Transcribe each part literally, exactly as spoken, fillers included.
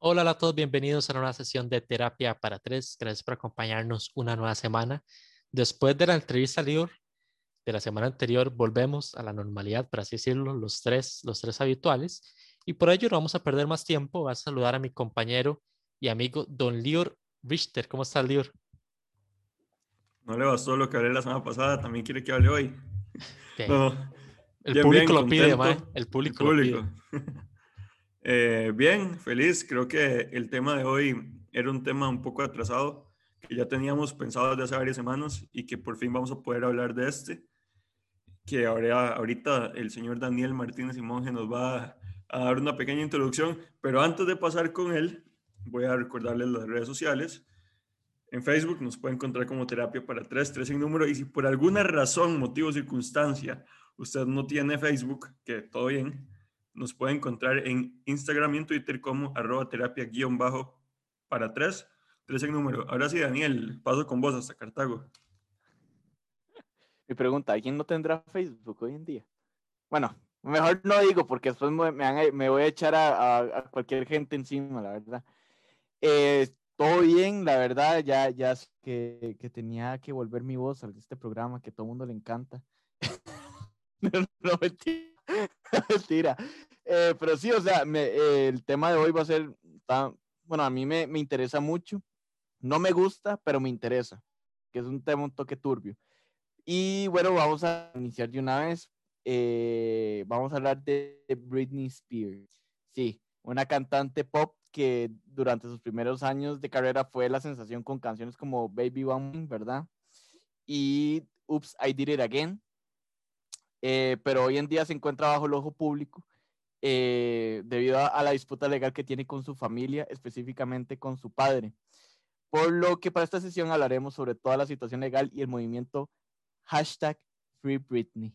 Hola a todos, bienvenidos a una nueva sesión de Terapia para Tres. Gracias por acompañarnos una nueva semana. Después de la entrevista Lior de la semana anterior, volvemos a la normalidad, por así decirlo, los tres, los tres habituales. Y por ello no vamos a perder más tiempo. Voy a saludar a mi compañero y amigo Don Lior Richter. ¿Cómo está Lior? No le bastó lo que hablé la semana pasada, también quiere que hable hoy. Bien. No, no, El bien, bien, público lo pide, mae. contento. El El público lo público. pide. Eh, bien, feliz. Creo que el tema de hoy era un tema un poco atrasado, que ya teníamos pensado desde hace varias semanas y que por fin vamos a poder hablar de este, que ahora, ahorita el señor Daniel Martínez y Monge nos va a, a dar una pequeña introducción, pero antes de pasar con él, voy a recordarles las redes sociales. En Facebook nos puede encontrar como Terapia para Tres, tres en número. Y si por alguna razón, motivo o circunstancia, usted no tiene Facebook, que todo bien, nos puede encontrar en Instagram y en Twitter como arroba terapia guión bajo para tres, tres en número. Ahora sí, Daniel, paso con vos hasta Cartago. Mi pregunta, ¿quién no tendrá Facebook hoy en día? Bueno, mejor no digo porque después me, me, van a- me voy a echar a, a- a cualquier gente encima, la verdad. Eh, todo bien, la verdad, ya, ya sé que, que tenía que volver mi voz a este programa que todo el mundo le encanta. No, no, mentira. Mentira. Eh, pero sí, o sea, me- eh, el tema de hoy va a ser, tan- bueno, a mí me, me interesa mucho. No me gusta, pero me interesa, que es un tema un toque turbio. Y bueno, vamos a iniciar de una vez. Eh, vamos a hablar de Britney Spears. Sí, una cantante pop que durante sus primeros años de carrera fue la sensación con canciones como Baby One, ¿verdad? Y Oops, I Did It Again. Eh, pero hoy en día se encuentra bajo el ojo público eh, debido a, a la disputa legal que tiene con su familia, específicamente con su padre. Por lo que para esta sesión hablaremos sobre toda la situación legal y el movimiento hashtag Free Britney.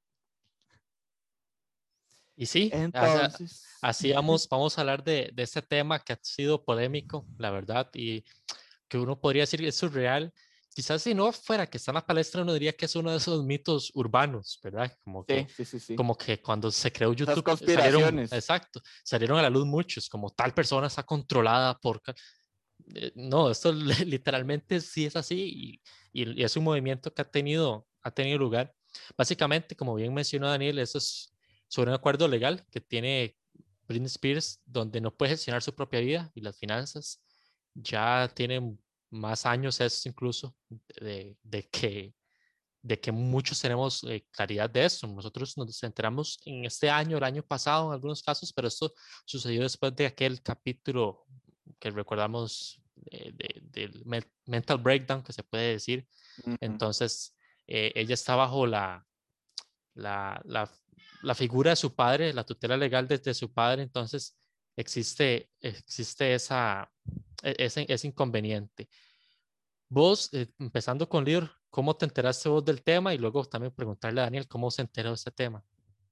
Y sí, así, Entonces, así vamos, vamos a hablar de, de este tema que ha sido polémico, la verdad, y que uno podría decir que es surreal. Quizás si no fuera que está en la palestra, uno diría que es uno de esos mitos urbanos, ¿verdad? Como sí, que, sí, sí, sí. como que cuando se creó Esas YouTube eh, salieron, conspiraciones. exacto, salieron a la luz muchos, como tal persona está controlada por... ca- eh, No, esto li- literalmente sí es así y, y- y es un movimiento que ha tenido, ha tenido lugar. Básicamente, como bien mencionó Daniel, eso es sobre un acuerdo legal que tiene Britney Spears, donde no puede gestionar su propia vida y las finanzas. Ya tiene más años eso incluso de, de que, de que muchos tenemos eh, claridad de eso. Nosotros nos enteramos en este año, el año pasado, en algunos casos, pero esto sucedió después de aquel capítulo que recordamos eh, de, del me- mental breakdown, que se puede decir. Ujú. Entonces, eh, ella está bajo la, la, la, la figura de su padre, la tutela legal desde su padre, entonces existe, existe esa, e- ese, ese inconveniente. Vos, eh, empezando con Lior, ¿cómo te enteraste vos del tema? Y luego también preguntarle a Daniel cómo se enteró de este tema.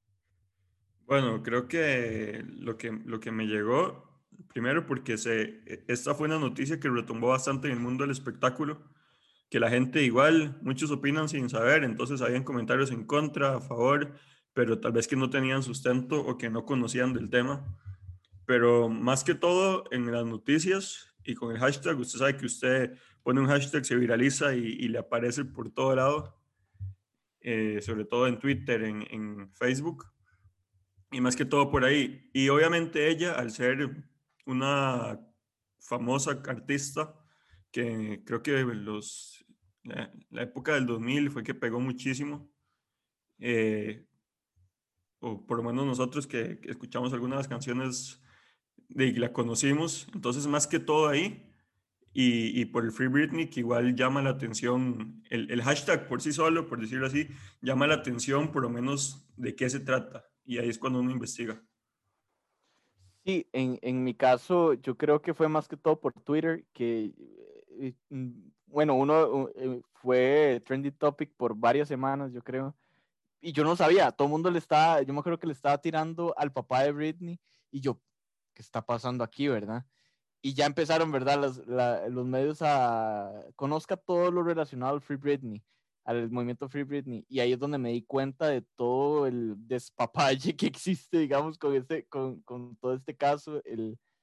Bueno, creo que lo que, lo que me llegó, primero porque se, esta fue una noticia que retumbó bastante en el mundo del espectáculo, que la gente igual, muchos opinan sin saber, entonces habían comentarios en contra, a favor, pero tal vez que no tenían sustento o que no conocían del tema. Pero más que todo en las noticias y con el hashtag, usted sabe que usted pone un hashtag, se viraliza y, y le aparece por todo lado, eh, sobre todo en Twitter, en, en Facebook y más que todo por ahí. Y obviamente ella, al ser una famosa artista, que creo que los, la, la época del dos mil fue que pegó muchísimo, eh, o por lo menos nosotros que, que escuchamos algunas de las canciones de la conocimos, entonces más que todo ahí, y, y por el Free Britney, que igual llama la atención, el, el hashtag por sí solo, por decirlo así, llama la atención por lo menos de qué se trata, y ahí es cuando uno investiga. Sí, en, en mi caso, yo creo que fue más que todo por Twitter, que, eh, mm, bueno, uno eh, fue trending topic por varias semanas, yo creo, y yo no sabía, todo el mundo le estaba, yo me acuerdo que le estaba tirando al papá de Britney, y yo, ¿qué está pasando aquí, verdad? Y ya empezaron, ¿verdad? Los, la, los medios a conozca todo lo relacionado al Free Britney, al movimiento Free Britney. Y ahí es donde me di cuenta de todo el despapalle que existe, digamos, con, este, con, con todo este caso. El,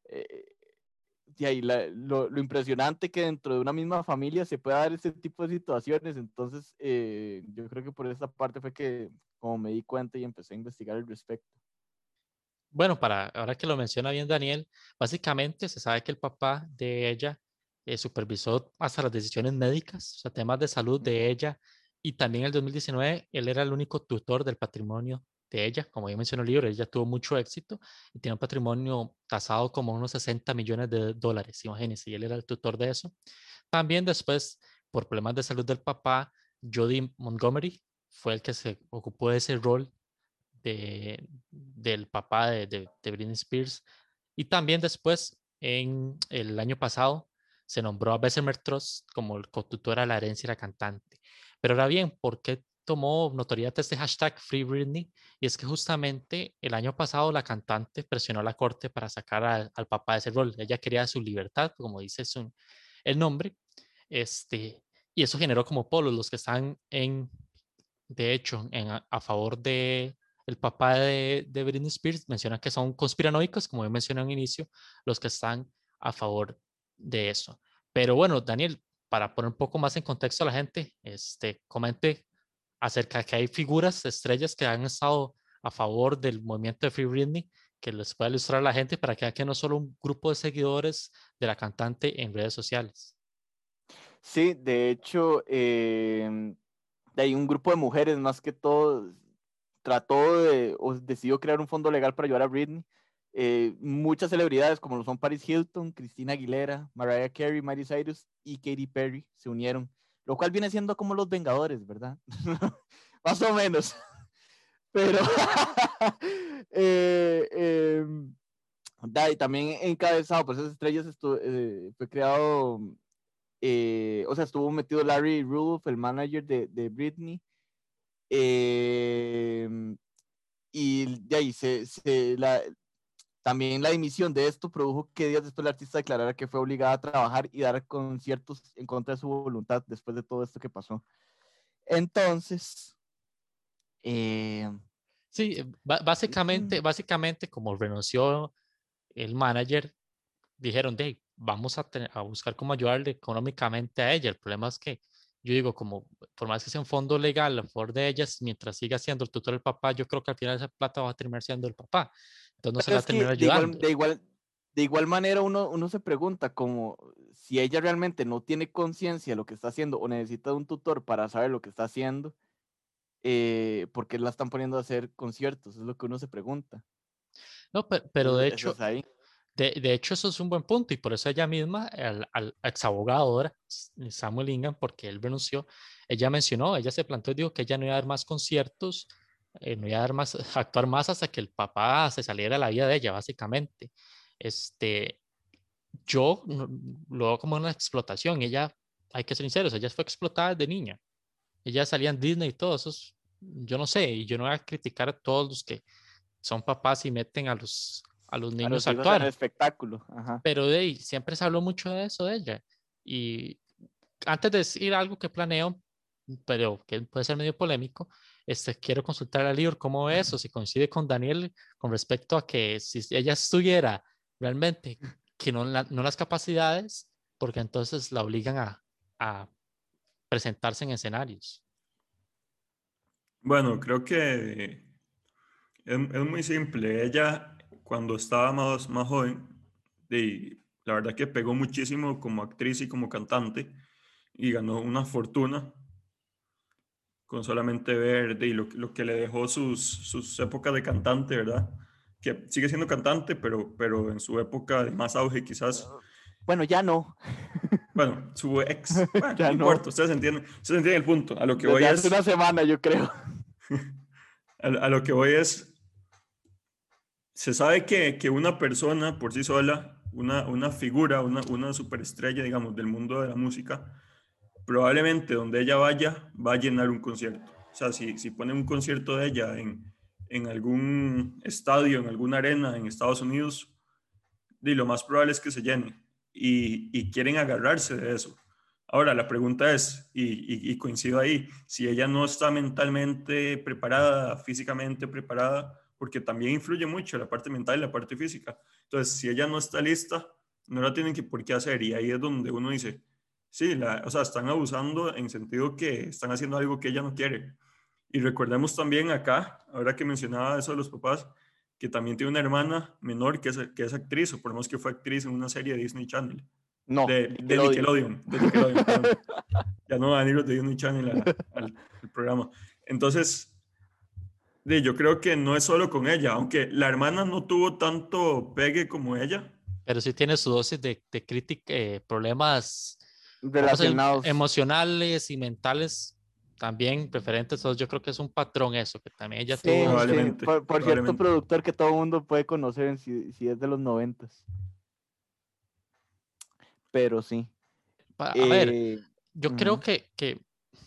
eh, y ahí la, lo, lo impresionante que dentro de una misma familia se pueda dar este tipo de situaciones. Entonces, eh, yo creo que por esa parte fue que como me di cuenta y empecé a investigar al respecto. Bueno, para ahora que lo menciona bien Daniel, básicamente se sabe que el papá de ella eh, supervisó hasta las decisiones médicas, o sea, temas de salud de ella, y también en el dos mil diecinueve él era el único tutor del patrimonio de ella. Como ya mencionó el libro, ella tuvo mucho éxito y tiene un patrimonio tasado como unos sesenta millones de dólares, imagínense, y él era el tutor de eso. También después, por problemas de salud del papá, Jody Montgomery fue el que se ocupó de ese rol de, del papá de, de, de Britney Spears. Y también después, en el año pasado, se nombró a Bessemer Trust como el cotutora de la herencia de la cantante. Pero ahora bien, ¿por qué tomó notoriedad este hashtag Free Britney? Y es que justamente el año pasado la cantante presionó a la corte para sacar a, al papá de ese rol. Ella quería su libertad, como dice su, el nombre. Este, y eso generó como polos, los que están en, de hecho, en, a, a favor de el papá de, de Britney Spears, mencionan que son conspiranoicos, como yo mencioné al inicio, los que están a favor de eso. Pero bueno, Daniel, para poner un poco más en contexto a la gente, este, comente acerca de que hay figuras, estrellas que han estado a favor del movimiento de Free Britney, que les pueda ilustrar a la gente para que vean que no es solo un grupo de seguidores de la cantante en redes sociales. Sí, de hecho, eh, hay un grupo de mujeres más que todo trató de, o decidió crear un fondo legal para ayudar a Britney. Eh, muchas celebridades como lo son Paris Hilton, Christina Aguilera, Mariah Carey, Miley Cyrus y Katy Perry se unieron, lo cual viene siendo como los Vengadores, ¿verdad? Más o menos. Pero eh, eh, y también encabezado por esas estrellas estuvo, eh, fue creado, eh, o sea, estuvo metido Larry Rudolph, el manager de, de Britney. Eh, y de ahí se, se la, también la dimisión de esto produjo que días después la artista declarara que fue obligada a trabajar y dar conciertos en contra de su voluntad después de todo esto que pasó. Entonces, eh, sí, básicamente, básicamente como renunció el manager, dijeron, de vamos a, tener, a buscar cómo ayudarle económicamente a ella. El problema es que yo digo, como por más que sea un fondo legal a favor de ellas, mientras siga siendo el tutor del papá, yo creo que al final esa plata va a terminar siendo el papá. Entonces no se la va a terminar de igual, ayudando. de igual, de igual manera uno, uno se pregunta como si ella realmente no tiene conciencia de lo que está haciendo o necesita de un tutor para saber lo que está haciendo, eh, ¿por qué la están poniendo a hacer conciertos? Es lo que uno se pregunta. No, pero, pero de Eso, eso hecho, es ahí. De, de hecho, eso es un buen punto y por eso ella misma, al, al ex abogado ahora, Samuel Ingham, porque él renunció, ella mencionó, ella se planteó y dijo que ella no iba a dar más conciertos, eh, no iba a dar más, actuar más hasta que el papá se saliera de la vida de ella, básicamente. Este, yo no- lo veo como una explotación. Ella, hay que ser sinceros, ella fue explotada desde niña. Ella salía en Disney y todo eso. Es- yo no sé, y yo no voy a criticar a todos los que son papás y meten a los, a los A niños los a hijos en el actuar. espectáculo. Ajá. Pero de ahí, siempre se habló mucho de eso de ella. Y antes de decir algo que planeo, pero que puede ser medio polémico, este, quiero consultar a Lior cómo ve eso, si coincide con Daniel con respecto a que si ella estuviera realmente que no, la, no las capacidades, porque entonces la obligan a, a presentarse en escenarios. Bueno, creo que es, es muy simple. Ella, cuando estaba más, más joven, y la verdad que pegó muchísimo como actriz y como cantante y ganó una fortuna con solamente ver de, lo, lo que le dejó sus, sus épocas de cantante, ¿verdad? Que sigue siendo cantante, pero, pero en su época de más auge quizás. Bueno, ya no. Bueno, su ex, bueno, no Ya no. importa, ustedes entienden, ustedes entienden el punto. A lo que voy Desde hace es, una semana, yo creo. a, a lo que voy es, se sabe que, que una persona por sí sola, una, una figura, una, una superestrella, digamos, del mundo de la música, probablemente donde ella vaya, va a llenar un concierto. O sea, si, si ponen un concierto de ella en, en algún estadio, en alguna arena en Estados Unidos, y lo más probable es que se llene. Y, y quieren agarrarse de eso. Ahora, la pregunta es, y, y, y coincido ahí, si ella no está mentalmente preparada, físicamente preparada, porque también influye mucho la parte mental y la parte física. Entonces, si ella no está lista, no la tienen que por qué hacer, y ahí es donde uno dice, sí, la, o sea, están abusando en sentido que están haciendo algo que ella no quiere. Y recordemos también acá, ahora que mencionaba eso de los papás, que también tiene una hermana menor que es, que es actriz, o por lo menos que fue actriz en una serie de Disney Channel. No, De, de Nickelodeon. Nickelodeon, de Nickelodeon, perdón. Ya no van a ir los de Disney Channel a- al, al programa. Entonces, de, yo creo que no es solo con ella, aunque la hermana no tuvo tanto pegue como ella. Pero sí tiene su dosis de, de crítica, eh, problemas, vamos a decir, Relacionados. emocionales y mentales también preferentes. Entonces yo creo que es un patrón eso, que también ella Sí, tuvo. sí. Probablemente, Por, por cierto, probablemente. productor que todo el mundo puede conocer en si, si es de los noventas. Pero sí. pa- A ver, Eh, yo creo ujú. que, que,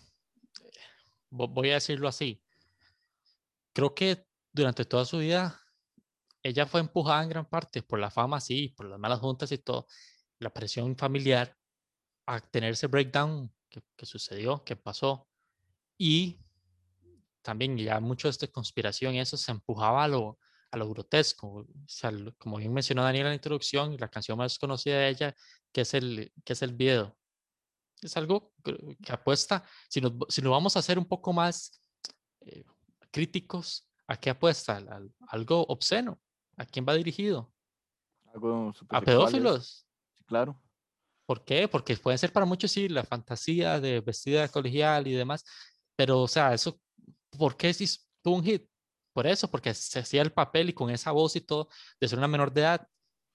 vo- voy a decirlo así, creo que durante toda su vida ella fue empujada en gran parte por la fama, sí, por las malas juntas y todo, la presión familiar a tener ese breakdown que, que sucedió, que pasó. Y también ya mucho de esta conspiración y eso se empujaba a lo, a lo grotesco. O sea, lo- como bien mencionó Daniel en la introducción, la canción más conocida de ella, que es el, que es el video. Es algo que, que apuesta, si nos, si nos vamos a hacer un poco más eh, críticos, ¿a qué apuesta? Al- al- algo obsceno. ¿A quién va dirigido? Algo súper ¿A sexual es. pedófilos? Sí, claro. ¿Por qué? Porque pueden ser para muchos, sí, la fantasía de vestida de colegial y demás, pero, o sea, eso, ¿por qué si tuvo un hit? Por eso, porque se hacía el papel y con esa voz y todo, de ser una menor de edad.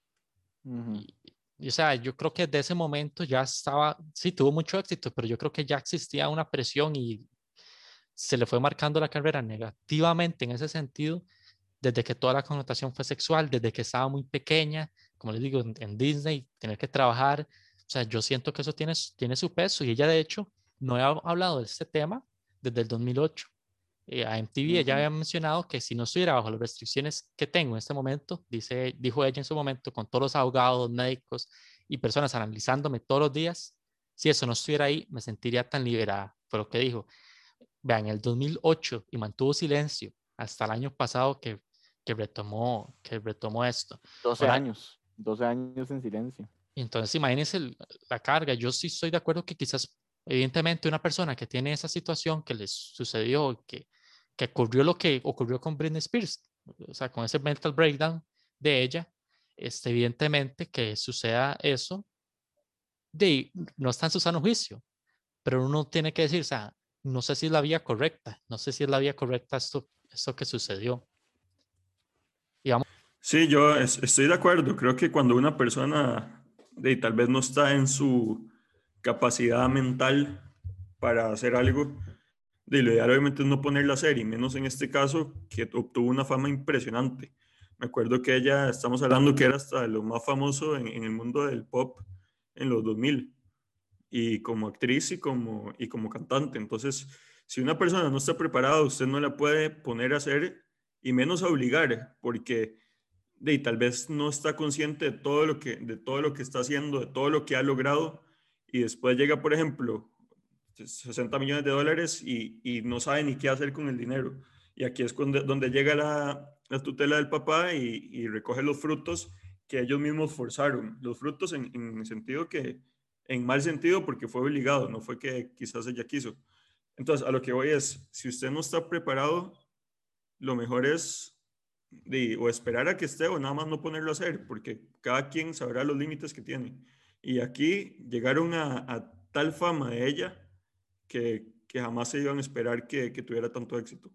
Ujú. Y, y, o sea, yo creo que desde ese momento ya estaba, sí, tuvo mucho éxito, pero yo creo que ya existía una presión y se le fue marcando la carrera negativamente en ese sentido, desde que toda la connotación fue sexual, desde que estaba muy pequeña, como les digo, en, en Disney, tener que trabajar. O sea, yo siento que eso tiene, tiene su peso y ella de hecho no ha hablado de este tema desde el dos mil ocho. Eh, a M T V ella Ujú. había mencionado que si no estuviera bajo las restricciones que tengo en este momento, dice, dijo ella en su momento, con todos los abogados, médicos y personas analizándome todos los días, si eso no estuviera ahí, me sentiría tan liberada. Fue lo que dijo. Vean, en el dos mil ocho y mantuvo silencio hasta el año pasado que, que retomó, que retomó esto. doce Ahora, años. doce años en silencio. entonces imagínense el- la carga. Yo sí estoy de acuerdo que quizás, evidentemente, una persona que tiene esa situación que les sucedió, que, que ocurrió lo que ocurrió con Britney Spears, o sea, con ese mental breakdown de ella, este, evidentemente que suceda eso, de, no está en su sano juicio, pero uno tiene que decir, o sea, no sé si es la vía correcta, no sé si es la vía correcta esto, esto que sucedió. Digamos, Sí, yo es- estoy de acuerdo. Creo que cuando una persona de, tal vez no está en su capacidad mental para hacer algo, de lo ideal obviamente es no ponerla a hacer, y menos en este caso que obtuvo una fama impresionante. Me acuerdo que ella, estamos hablando que era hasta de lo más famoso en, en el mundo del pop en los dos mil, y como actriz y como, y como cantante. Entonces, si una persona no está preparada, usted no la puede poner a hacer y menos a obligar, porque de, tal vez no está consciente de todo lo que, de todo lo que está haciendo, de todo lo que ha logrado, y después llega, por ejemplo, sesenta millones de dólares y, y no sabe ni qué hacer con el dinero. Y aquí es donde, donde llega la, la tutela del papá y, y recoge los frutos que ellos mismos forzaron. Los frutos en, en el sentido que, en mal sentido, porque fue obligado, no fue que quizás ella quiso. Entonces, a lo que voy es, si usted no está preparado, lo mejor es de, o esperar a que esté o nada más no ponerlo a hacer, porque cada quien sabrá los límites que tiene. Y aquí llegaron a, a tal fama de ella que, que jamás se iban a esperar que, que tuviera tanto éxito.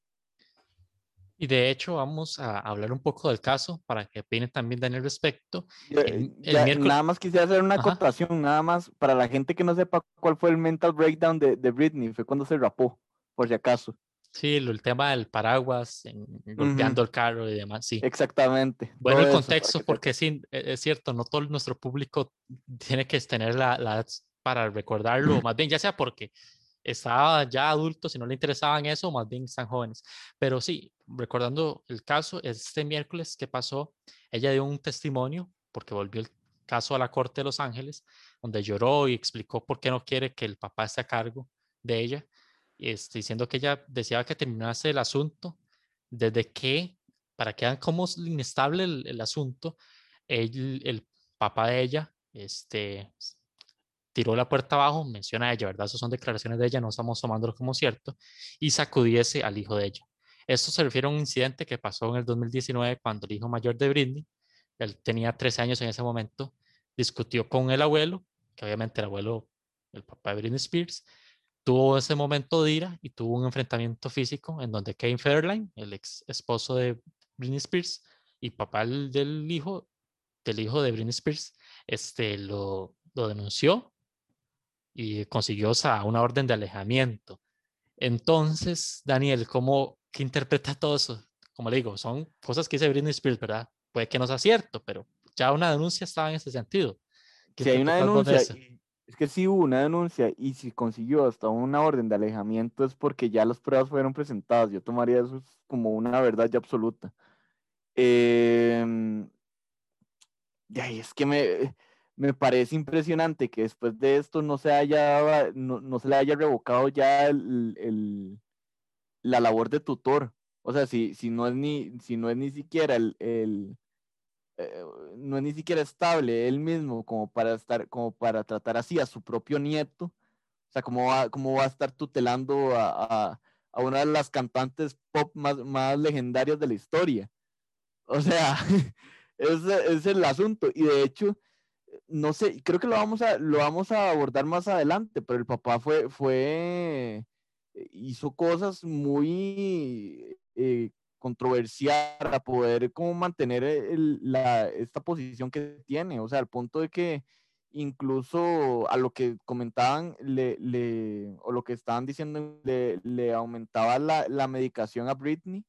y de hecho vamos a hablar un poco del caso para que opine también Daniel al respecto. Yo, eh, El, el ya, miércoles, nada más quisiera hacer una ajá, acotación, nada más para la gente que no sepa cuál fue el mental breakdown de, de Britney, fue cuando se rapó, por si acaso. sí, lo- el tema del paraguas, en- Ujú. golpeando el carro y demás, sí. Exactamente, Bueno, todo el eso, para contexto, que porque sepa. sí, e- es cierto, no todo nuestro público tiene que tener la, la edad para recordarlo, más bien ya sea porque estaba ya adulto, si no le interesaban eso, más bien están jóvenes. Pero sí, recordando el caso, este miércoles que pasó, ella dio un testimonio, porque volvió el caso a la Corte de Los Ángeles, donde lloró y explicó por qué no quiere que el papá esté a cargo de ella, este, diciendo que ella deseaba que terminase el asunto desde que para que vean cómo es inestable el, el asunto, el, el papá de ella, este, tiró la puerta abajo, menciona a ella, ¿verdad? Esas son declaraciones de ella, no estamos tomándolo como cierto, y sacudiese al hijo de ella. Esto se refiere a un incidente que pasó en el dos mil diecinueve cuando el hijo mayor de Britney, él tenía trece años en ese momento, discutió con el abuelo, que obviamente el abuelo, el papá de Britney Spears, tuvo ese momento de ira y tuvo un enfrentamiento físico en donde Kane Fairline, el ex esposo de Britney Spears y papá del hijo, del hijo de Britney Spears, este, lo, lo denunció y consiguió, o sea, una orden de alejamiento. Entonces, Daniel, ¿cómo que interpreta todo eso? Como le digo, son cosas que dice Britney Spears, ¿verdad? Puede que no sea cierto, pero ya una denuncia estaba en ese sentido. ¿Qué Si hay una interpretas vos de denuncia, eso? y- es que si hubo una denuncia y si consiguió hasta una orden de alejamiento es porque ya las pruebas fueron presentadas. Yo tomaría eso como una verdad ya absoluta. Em, y ahí es que me, me parece impresionante que después de esto no se haya, no, no se le haya revocado ya el, el- la labor de tutor. O sea, si, si no es ni, si no es ni siquiera el, el, eh, no es ni siquiera estable él mismo como para estar, como para tratar así a su propio nieto. O sea, ¿cómo va, cómo va a estar tutelando a, a, a una de las cantantes pop más, más legendarias de la historia? O sea, ese es el asunto. Y de hecho, no sé, creo que lo vamos a, lo vamos a abordar más adelante, pero el papá fue, fue, hizo cosas muy eh, controversiales para poder como mantener el- la, esta posición que tiene, o sea, al punto de que incluso a lo que comentaban, le, le, o lo que estaban diciendo, le, le aumentaba la, la medicación a Britney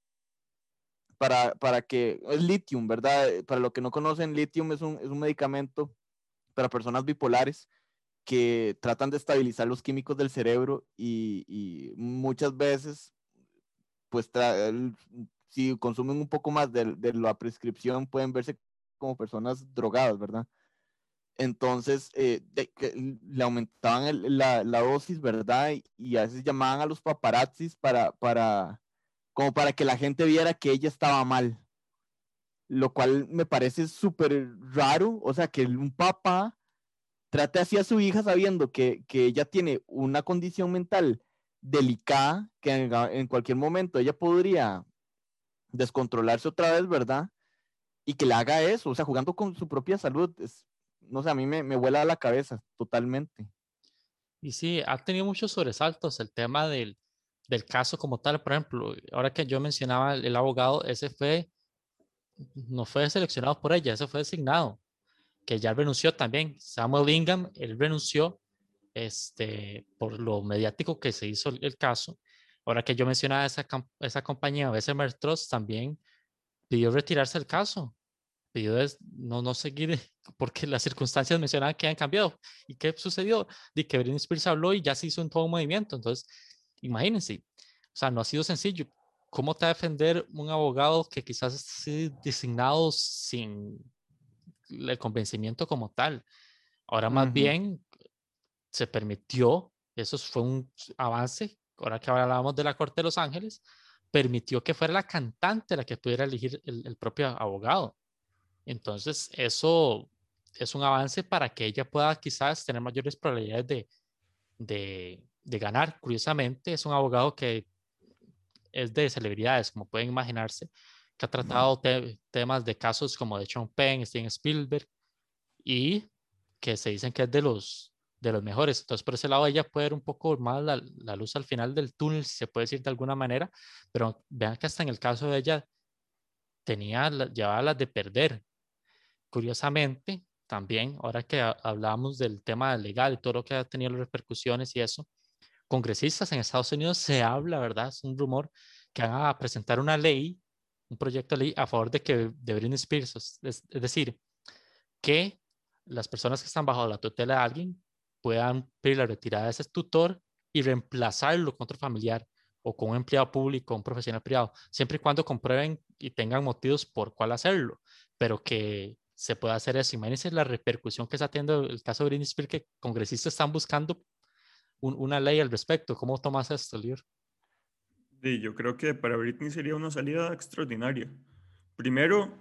para, para que, es lithium, ¿verdad? Para los que no conocen, lithium es un, es un medicamento para personas bipolares que tratan de estabilizar los químicos del cerebro y, y muchas veces, pues, el, si consumen un poco más de, de, la prescripción, pueden verse como personas drogadas, ¿verdad? Entonces, eh, de, que le aumentaban el, la, la, dosis, ¿verdad? Y, y, a veces llamaban a los paparazzis para, para, como para que la gente viera que ella estaba mal. Lo cual me parece súper raro, o sea, que un papá trate así a su hija sabiendo que, que ella tiene una condición mental delicada, que en, en, cualquier momento ella podría descontrolarse otra vez, ¿verdad? Y que le haga eso, o sea, jugando con su propia salud, es, no sé, a mí me, me vuela la cabeza totalmente. Y sí, ha tenido muchos sobresaltos el tema del, del caso como tal. Por ejemplo, ahora que yo mencionaba el, el abogado, ese fue, no fue seleccionado por ella, ese fue designado, que ya renunció también. Samuel Ingham, él renunció este, por lo mediático que se hizo el, el caso. Ahora que yo mencionaba esa, esa compañía, Bessemer Trust, también pidió retirarse del caso, pidió des, no, no seguir porque las circunstancias mencionaban que han cambiado. ¿Y qué sucedió? De que Britney Spears habló y ya se hizo en todo un movimiento. Entonces, imagínense, o sea, no ha sido sencillo. ¿Cómo te va a defender un abogado que quizás esté designado sin el convencimiento como tal? Ahora Uh más -huh. bien se permitió, eso fue un avance, ahora que hablábamos de la Corte de Los Ángeles, permitió que fuera la cantante la que pudiera elegir el, el propio abogado. Entonces, eso es un avance para que ella pueda quizás tener mayores probabilidades de, de, de ganar. Curiosamente, es un abogado que es de celebridades, como pueden imaginarse, que ha tratado te temas de casos como de Sean Penn, Steven Spielberg, y que se dicen que es de los, de los mejores. Entonces, por ese lado, ella puede ver un poco más la, la luz al final del túnel, si se puede decir de alguna manera, pero vean que hasta en el caso de ella tenía, llevaba las de perder. Curiosamente, también, ahora que hablábamos del tema legal y todo lo que ha tenido las repercusiones y eso, congresistas en Estados Unidos se habla, ¿verdad? Es un rumor que van a presentar una ley, un proyecto de ley a favor de que de Britney Spears, es, es decir, que las personas que están bajo la tutela de alguien puedan pedir la retirada de ese tutor y reemplazarlo con otro familiar o con un empleado público, un profesional privado, siempre y cuando comprueben y tengan motivos por cuál hacerlo, pero que se pueda hacer eso. Imagínense la repercusión que está teniendo el caso de Britney Spears, que congresistas están buscando un, una ley al respecto. ¿Cómo tomas esto, Lior? Sí, yo creo que para Britney sería una salida extraordinaria. Primero,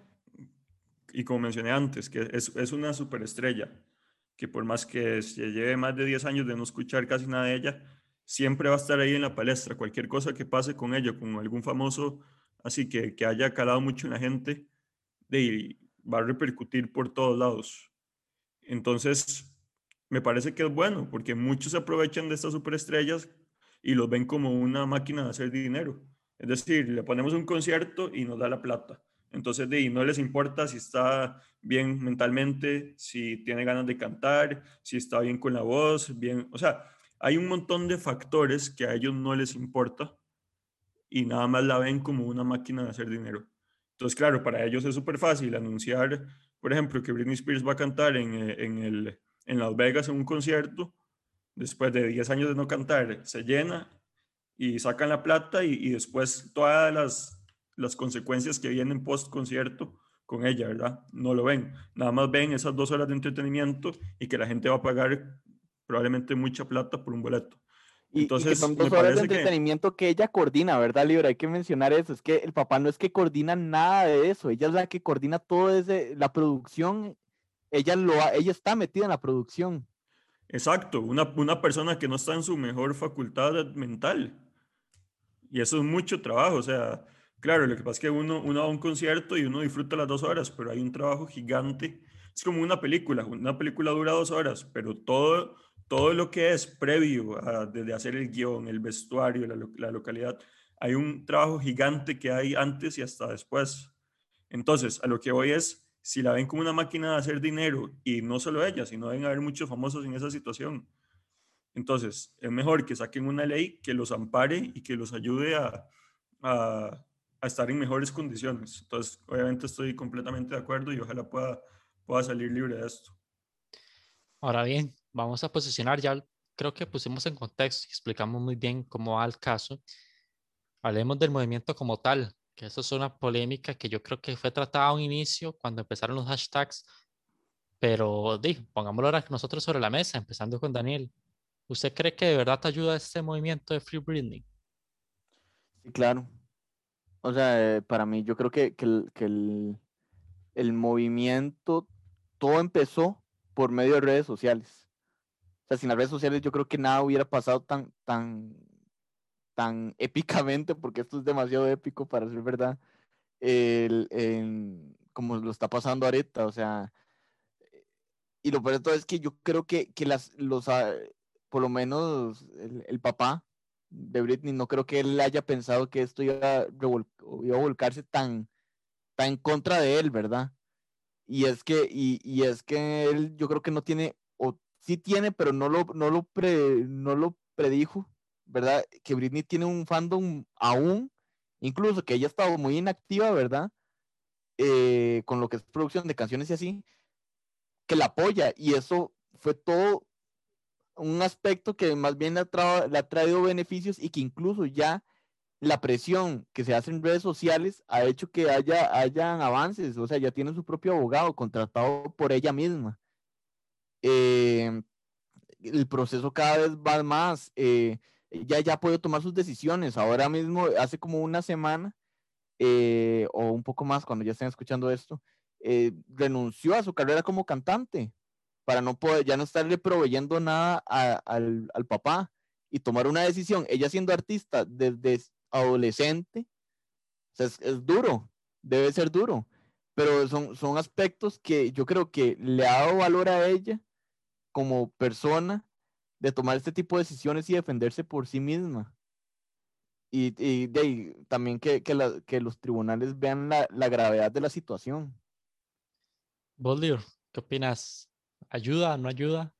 y como mencioné antes, que es, es una superestrella, que por más que se lleve más de diez años de no escuchar casi nada de ella, siempre va a estar ahí en la palestra. Cualquier cosa que pase con ella, con algún famoso, así que, que haya calado mucho en la gente, de, va a repercutir por todos lados. Entonces, me parece que es bueno, porque muchos se aprovechan de estas superestrellas y los ven como una máquina de hacer dinero. Es decir, le ponemos un concierto y nos da la plata. Entonces, de ahí no les importa si está bien mentalmente, si tiene ganas de cantar, si está bien con la voz, bien, o sea, hay un montón de factores que a ellos no les importa y nada más la ven como una máquina de hacer dinero. Entonces, claro, para ellos es súper fácil anunciar, por ejemplo, que Britney Spears va a cantar en, eh, en, el, en Las Vegas en un concierto, después de diez años de no cantar, se llena y sacan la plata y, y después todas las, las consecuencias que vienen post concierto con ella, ¿verdad? No lo ven. Nada más ven esas dos horas de entretenimiento y que la gente va a pagar probablemente mucha plata por un boleto. Y, y que Entonces, son me dos horas de parece que entretenimiento que ella coordina, ¿verdad, Libra? Hay que mencionar eso. Es que el papá no es que coordina nada de eso. Ella es la que coordina todo ese, la producción. Ella, lo, ha- ella está metida en la producción. exacto, una, una persona que no está en su mejor facultad mental. Y eso es mucho trabajo, o sea, claro, lo que pasa es que uno, uno va a un concierto y uno disfruta las dos horas, pero hay un trabajo gigante. Es como una película, una película dura dos horas, pero todo, todo lo que es previo, a, desde hacer el guión, el vestuario, la, lo- la localidad, hay un trabajo gigante que hay antes y hasta después. Entonces, a lo que voy es, si la ven como una máquina de hacer dinero, y no solo ella, sino deben haber muchos famosos en esa situación. Entonces, es mejor que saquen una ley que los ampare y que los ayude a, a, a estar en mejores condiciones. Entonces, obviamente estoy completamente de acuerdo y ojalá pueda, pueda salir libre de esto. Ahora bien, vamos a posicionar, ya creo que pusimos en contexto y explicamos muy bien cómo va el caso. Hablemos del movimiento como tal, que eso es una polémica que yo creo que fue tratada a un inicio cuando empezaron los hashtags, pero di, pongámoslo ahora nosotros sobre la mesa, empezando con Daniel. ¿Usted cree que de verdad te ayuda este movimiento de Free Britney? Sí, claro. O sea, eh, para mí, yo creo que, que el, que el, el movimiento, todo empezó por medio de redes sociales. O sea, sin las redes sociales yo creo que nada hubiera pasado tan, tan, tan épicamente, porque esto es demasiado épico para ser verdad, el, en- como lo está pasando ahorita. O sea, y lo peor de todo es que yo creo que, que las, los, ah, por lo menos el, el papá de Britney, no creo que él haya pensado que esto iba a, revol- iba a volcarse tan, tan en contra de él, ¿verdad? Y es que, y, y es que él, yo creo que no tiene, o sí tiene, pero no lo, no lo, pre, no lo predijo, ¿verdad? Que Britney tiene un fandom aún, incluso que ella ha estado muy inactiva, ¿verdad? Eh, con lo que es producción de canciones y así, que la apoya, y eso fue todo un aspecto que más bien le ha, tra le ha traído beneficios y que incluso ya la presión que se hace en redes sociales ha hecho que haya hayan avances. O sea, ya tiene su propio abogado contratado por ella misma. Eh, el proceso cada vez va más, eh, ya, ya puede tomar sus decisiones. Ahora mismo, hace como una semana, eh, o un poco más cuando ya estén escuchando esto, eh, renunció a su carrera como cantante para no poder, ya no estarle proveyendo nada a, al, al papá y tomar una decisión. Ella siendo artista desde adolescente, o sea, es, es duro, debe ser duro, pero son, son aspectos que yo creo que le ha dado valor a ella como persona de tomar este tipo de decisiones y defenderse por sí misma. Y, y de ahí, también que, que, la, que, los tribunales vean la, la, gravedad de la situación. Bolívar, ¿qué opinas? ¿Ayuda? ¿No ayuda?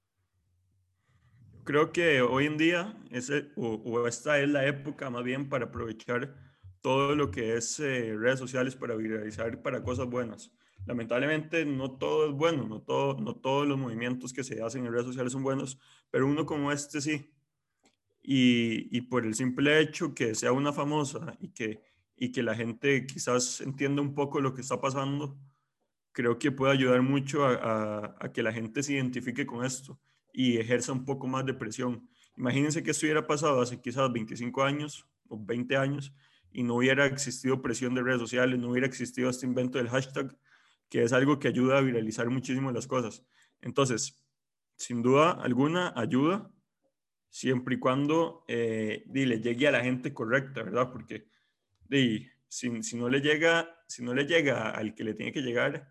Creo que hoy en día, ese, o, o esta es la época más bien para aprovechar todo lo que es eh, redes sociales para viralizar para cosas buenas. Lamentablemente no todo es bueno, no, todo, no todos los movimientos que se hacen en redes sociales son buenos, pero uno como este sí. Y, y por el simple hecho que sea una famosa y que, y que la gente quizás entienda un poco lo que está pasando, creo que puede ayudar mucho a, a, a que la gente se identifique con esto y ejerza un poco más de presión. Imagínense que esto hubiera pasado hace quizás veinticinco años, o veinte años y no hubiera existido presión de redes sociales, no hubiera existido este invento del hashtag, que es algo que ayuda a viralizar muchísimo las cosas. Entonces, sin duda alguna, ayuda, siempre y cuando eh, di, le llegue a la gente correcta, ¿verdad? Porque di, si, si, no le llega, si no le llega al que le tiene que llegar,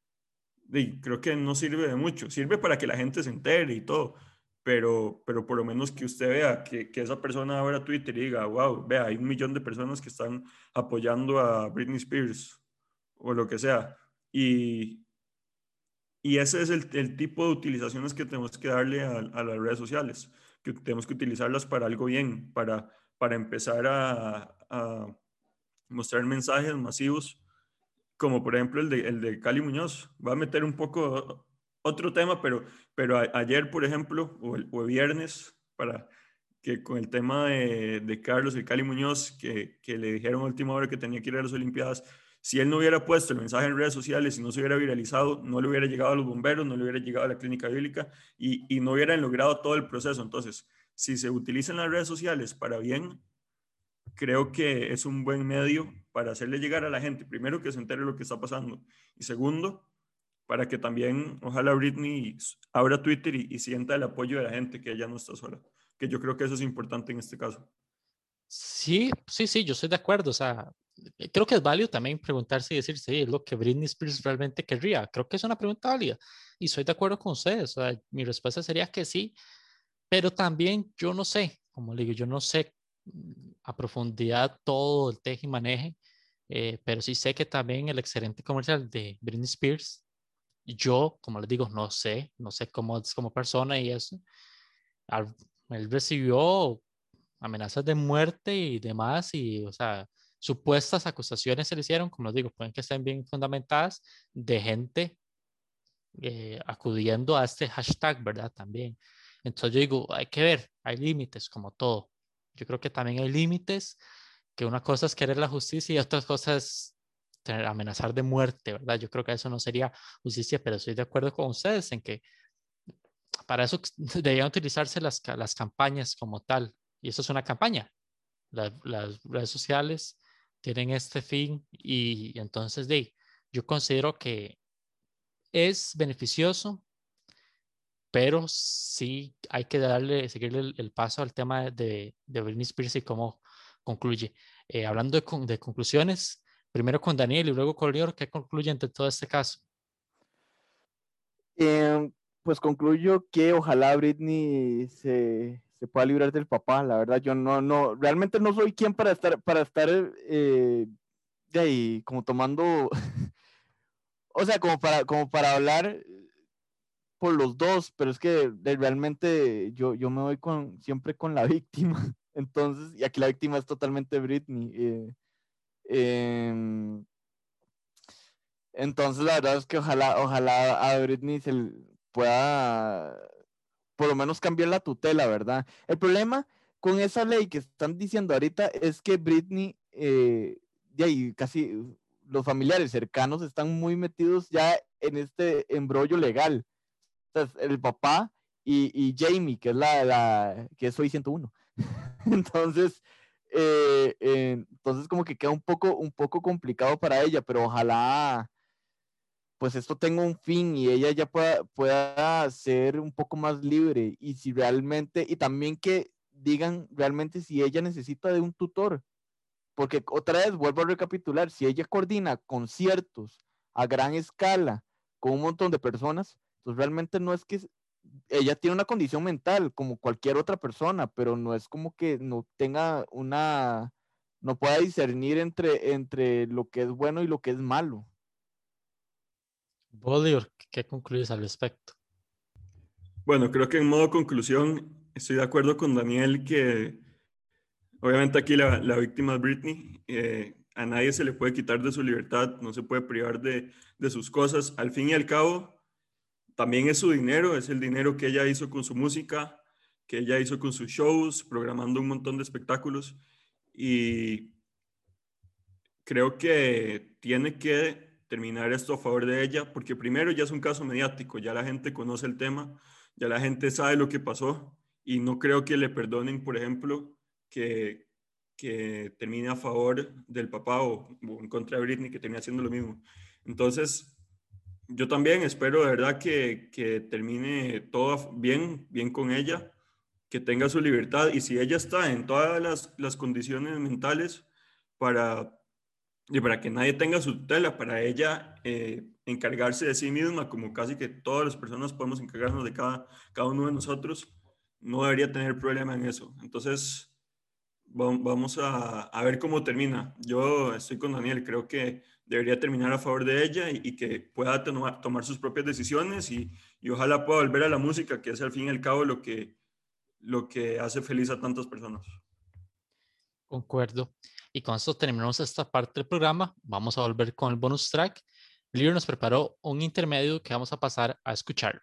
di, creo que no sirve de mucho. Sirve para que la gente se entere y todo, pero, pero por lo menos que usted vea que, que esa persona abra Twitter y diga, wow, vea, hay un millón de personas que están apoyando a Britney Spears o lo que sea. Y, y ese es el, el tipo de utilizaciones que tenemos que darle a, a las redes sociales, que tenemos que utilizarlas para algo bien, para, para empezar a, a mostrar mensajes masivos, como por ejemplo el de, el de Cali Muñoz. Va a meter un poco otro tema, pero, pero a, ayer, por ejemplo, o el, o el viernes, para que con el tema de, de Carlos y Cali Muñoz, que, que le dijeron a última hora que tenía que ir a las Olimpiadas, si él no hubiera puesto el mensaje en redes sociales y no se hubiera viralizado, no le hubiera llegado a los bomberos, no le hubiera llegado a la clínica bíblica y, y no hubieran logrado todo el proceso. Entonces, si se utilizan las redes sociales para bien, creo que es un buen medio para hacerle llegar a la gente, primero, que se entere lo que está pasando, y segundo, para que también, ojalá Britney abra Twitter y, y sienta el apoyo de la gente, que ella no está sola, que yo creo que eso es importante en este caso. Sí, sí, sí, yo estoy de acuerdo. O sea, eh, creo que es válido también preguntarse y decir, sí, es lo que Britney Spears realmente querría. Creo que es una pregunta válida y estoy de acuerdo con ustedes. O sea, mi respuesta sería que sí, pero también yo no sé, como le digo, yo no sé mm, a profundidad todo el teje y maneje, eh, pero sí sé que también el excelente comercial de Britney Spears, yo, como les digo, no sé, no sé cómo es como persona y eso. Al- él recibió amenazas de muerte y demás, y, o sea, supuestas acusaciones se le hicieron, como les digo, pueden que estén bien fundamentadas, de gente eh, acudiendo a este hashtag, ¿verdad? También. Entonces yo digo, hay que ver, hay límites como todo. Yo creo que también hay límites, que una cosa es querer la justicia y otra cosa es tener- amenazar de muerte, ¿verdad? Yo creo que eso no sería justicia, pero estoy de acuerdo con ustedes en que para eso deberían utilizarse las, las campañas como tal. Y eso es una campaña. La, las redes sociales tienen este fin y, y entonces de, yo considero que es beneficioso, pero sí hay que darle, seguirle el, el paso al tema de, de Britney Spears y cómo concluye. Eh, hablando de, con, de, conclusiones, primero con Daniel y luego con Leor, ¿qué concluyen de todo este caso? Eh, pues concluyo que ojalá Britney se, se pueda librar del papá. La verdad, yo no, no, realmente no soy quien para estar, para estar eh, de ahí, como tomando, o sea, como para, como para hablar por los dos, pero es que de, realmente yo, yo me voy con, siempre con la víctima. Entonces, y aquí la víctima es totalmente Britney. Eh, eh, entonces, la verdad es que ojalá, ojalá a Britney se pueda por lo menos cambiar la tutela, ¿verdad? El problema con esa ley que están diciendo ahorita es que Britney, eh, de ahí casi los familiares cercanos están muy metidos ya en este embrollo legal. Entonces, el papá y, y Jamie, que es la, la que es Soy ciento uno. Entonces, eh, eh, entonces como que queda un poco, un poco complicado para ella, pero ojalá pues esto tenga un fin y ella ya pueda, pueda ser un poco más libre y si realmente, y también que digan realmente si ella necesita de un tutor, porque otra vez vuelvo a recapitular, si ella coordina conciertos a gran escala con un montón de personas, pues realmente no es que ella tiene una condición mental como cualquier otra persona, pero no es como que no tenga una, no pueda discernir entre, entre lo que es bueno y lo que es malo. Bolívar, ¿qué concluyes al respecto? Bueno, creo que en modo conclusión estoy de acuerdo con Daniel que obviamente aquí la, la víctima es Britney. Eh, a nadie se le puede quitar de su libertad, no se puede privar de, de sus cosas. Al fin y al cabo, también es su dinero, es el dinero que ella hizo con su música, que ella hizo con sus shows, programando un montón de espectáculos. Y creo que tiene que terminar esto a favor de ella, porque primero ya es un caso mediático, ya la gente conoce el tema, ya la gente sabe lo que pasó y no creo que le perdonen, por ejemplo, que, que termine a favor del papá o, o en contra de Britney, que termine haciendo lo mismo. Entonces, yo también espero de verdad que, que termine todo bien, bien con ella, que tenga su libertad, y si ella está en todas las, las condiciones mentales para, y para que nadie tenga su tutela, para ella eh, encargarse de sí misma, como casi que todas las personas podemos encargarnos de cada, cada uno de nosotros, no debería tener problema en eso. Entonces, vamos a, a ver cómo termina. Yo estoy con Daniel, creo que debería terminar a favor de ella y, y que pueda tomar, tomar sus propias decisiones, y, y ojalá pueda volver a la música, que es al fin y al cabo lo que, lo que hace feliz a tantas personas. Concuerdo. Y con esto terminamos esta parte del programa. Vamos a volver con el bonus track. Lior nos preparó un intermedio que vamos a pasar a escucharlo.